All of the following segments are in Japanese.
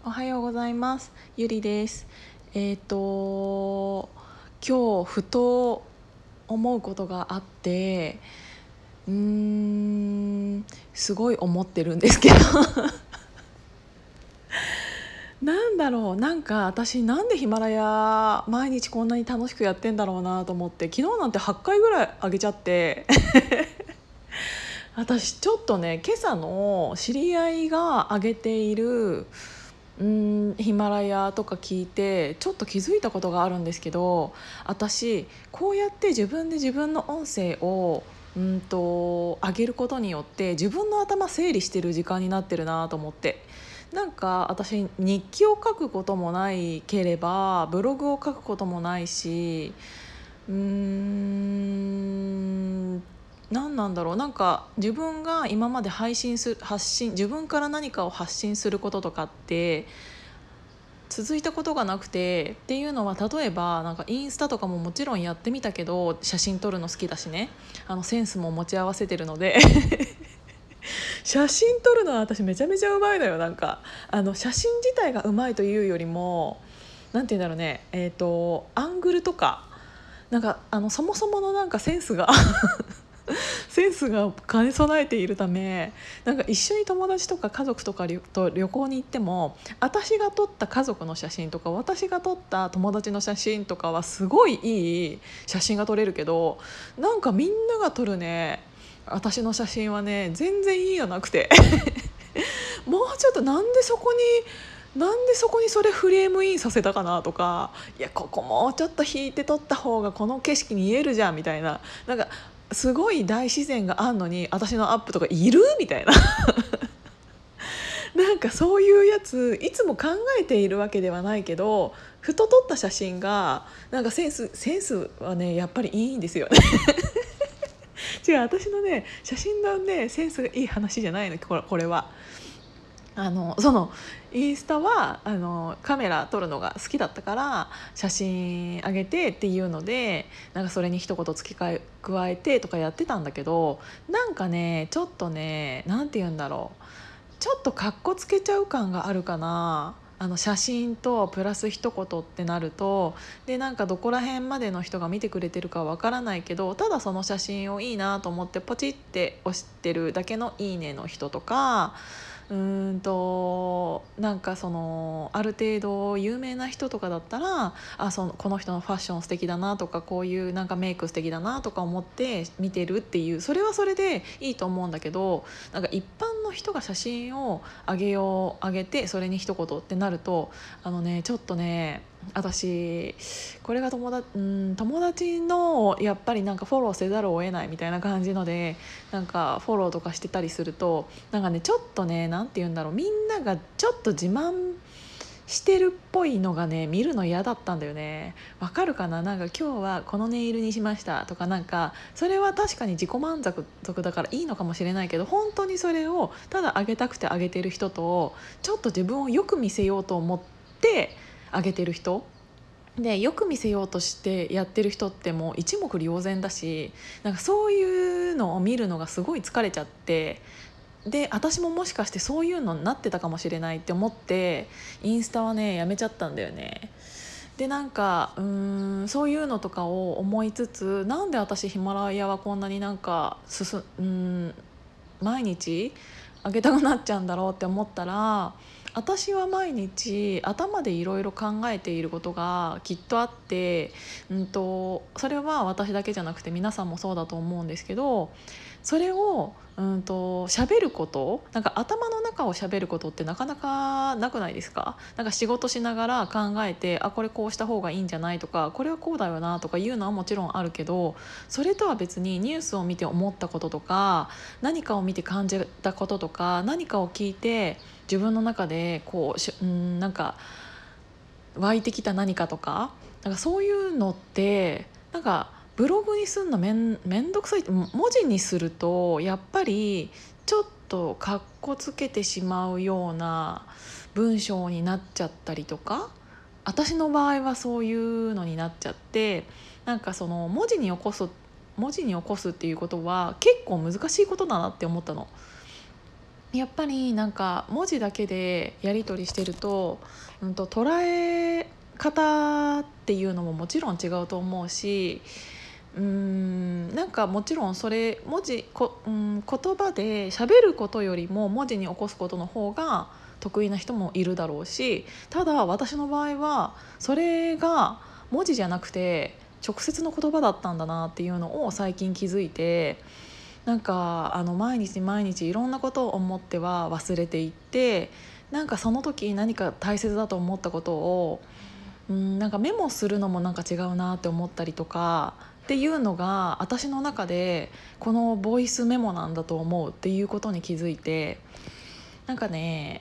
おはようございます。ゆりです。今日ふと思うことがあって、うーすごい思ってるんですけどなんだろう、なんか私なんでヒマラヤ毎日こんなに楽しくやってんだろうなと思って、昨日なんて8回ぐらい上げちゃって私ちょっとね、今朝の知り合いが上げているヒマラヤとか聞いてちょっと気づいたことがあるんですけど、私こうやって自分で自分の音声を上げることによって自分の頭整理してる時間になってるなと思って。なんか私日記を書くこともないければブログを書くこともないし、何なんだろう、なんか自分が今まで発信、自分から何かを発信することとかって続いたことがなくて、っていうのは例えばなんかインスタとかももちろんやってみたけど、写真撮るの好きだしね、センスも持ち合わせてるので写真撮るのは私めちゃめちゃうまいのよ。なんか写真自体がうまいというよりも、なんて言うんだろうね、アングルとか、なんかそもそものなんかセンスがセンスが兼ね備えているため、なんか一緒に友達とか家族とかと旅行に行っても、私が撮った家族の写真とか私が撮った友達の写真とかはすごいいい写真が撮れるけど、なんかみんなが撮るね私の写真はね全然いいのなくてもうちょっとなんでそこにそれフレームインさせたかなとか、いやここもうちょっと引いて撮った方がこの景色見えるじゃんみたいな、なんかすごい大自然があんのに私のアップとかいるみたいななんかそういうやついつも考えているわけではないけど、ふと撮った写真がなんかセンスはねやっぱりいいんですよね違う、私のね写真のねセンスがいい話じゃないの、これは。そのインスタはカメラ撮るのが好きだったから写真上げてっていうので、なんかそれに一言付け加えてとかやってたんだけど、なんかねちょっとね、なんて言うんだろう、ちょっとかっこつけちゃう感があるかな。写真とプラス一言ってなると、でなんかどこら辺までの人が見てくれてるかわからないけど、ただその写真をいいなと思ってポチって押してるだけのいいねの人とか、なんかそのある程度有名な人とかだったら、この人のファッション素敵だなとか、こういうなんかメイク素敵だなとか思って見てるっていう、それはそれでいいと思うんだけど、なんか一般の人が写真を上げてそれに一言ってなると、ちょっとね、私これが友達のやっぱりなんかフォローせざるを得ないみたいな感じので、なんかフォローとかしてたりすると、なんかねちょっとね、なんて言うんだろう、みんながちょっと自慢してるっぽいのがね見るの嫌だったんだよね。わかるかな、なんか今日はこのネイルにしましたとか、なんかそれは確かに自己満足だからいいのかもしれないけど、本当にそれをただ上げたくて上げてる人と、ちょっと自分をよく見せようと思って上げてる人で、よく見せようとしてやってる人ってもう一目瞭然だし、なんかそういうのを見るのがすごい疲れちゃって、で私ももしかしてそういうのになってたかもしれないって思って、インスタはねやめちゃったんだよね。でなんかそういうのとかを思いつつ、なんで私ヒマラヤはこんなになんか毎日あげたくなっちゃうんだろうって思ったら、私は毎日頭でいろいろ考えていることがきっとあって、それは私だけじゃなくて皆さんもそうだと思うんですけど、それを喋ること、なんか頭の中を喋ることってなかなかなくないですか？なんか仕事しながら考えて、これこうした方がいいんじゃないとか、これはこうだよなとかいうのはもちろんあるけど、それとは別にニュースを見て思ったこととか、何かを見て感じたこととか、何かを聞いて自分の中でなんか湧いてきた何かとか、なんかそういうのってなんかブログにするのめんどくさいって、文字にするとやっぱりちょっとかっこつけてしまうような文章になっちゃったりとか、私の場合はそういうのになっちゃって、なんかその文字に起こすっていうことは結構難しいことだなって思ったの。 やっぱりなんか文字だけでやり取りしてると、捉え方っていうのももちろん違うと思うし、なんかもちろんそれ文字こ、言葉で喋ることよりも文字に起こすことの方が得意な人もいるだろうし、ただ私の場合はそれが文字じゃなくて直接の言葉だったんだなっていうのを最近気づいて、なんか毎日毎日いろんなことを思っては忘れていって、なんかその時何か大切だと思ったことをなんかメモするのもなんか違うなって思ったりとかっていうのが私の中でこのボイスメモなんだと思うっていうことに気づいて、なんかね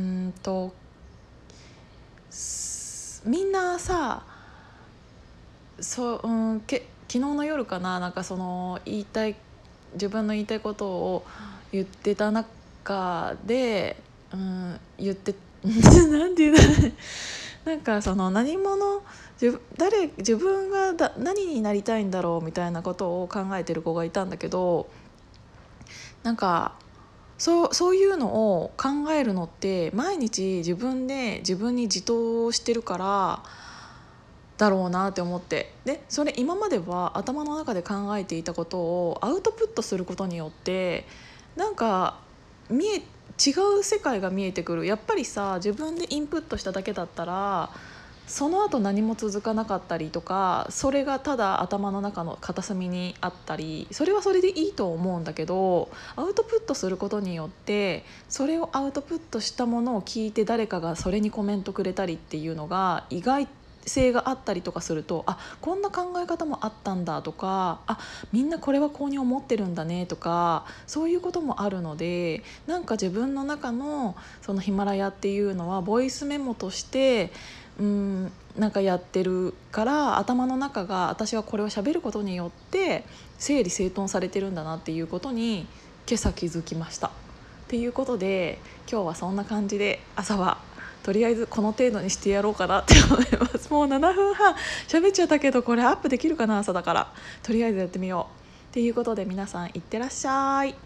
みんなさ昨日の夜かな、なんかその自分の言いたいことを言ってた中で、言ってなんていうのなんかその自分が何になりたいんだろうみたいなことを考えてる子がいたんだけど、なんかそういうのを考えるのって毎日自分で自分に自答してるからだろうなって思って、でそれ今までは頭の中で考えていたことをアウトプットすることによってなんか違う世界が見えてくる。やっぱりさ、自分でインプットしただけだったらその後何も続かなかったりとか、それがただ頭の中の片隅にあったり、それはそれでいいと思うんだけど、アウトプットすることによってそれをアウトプットしたものを聞いて誰かがそれにコメントくれたりっていうのが意外性があったりとかすると、こんな考え方もあったんだとか、みんなこれはこうに思ってるんだねとか、そういうこともあるので、なんか自分の中のそのヒマラヤっていうのはボイスメモとしてなんかやってるから、頭の中が私はこれを喋ることによって整理整頓されてるんだなっていうことに今朝気づきました。っていうことで今日はそんな感じで朝はとりあえずこの程度にしてやろうかなって思います。もう7分半喋っちゃったけど、これアップできるかな、朝だから。とりあえずやってみようっていうことで、皆さんいってらっしゃい。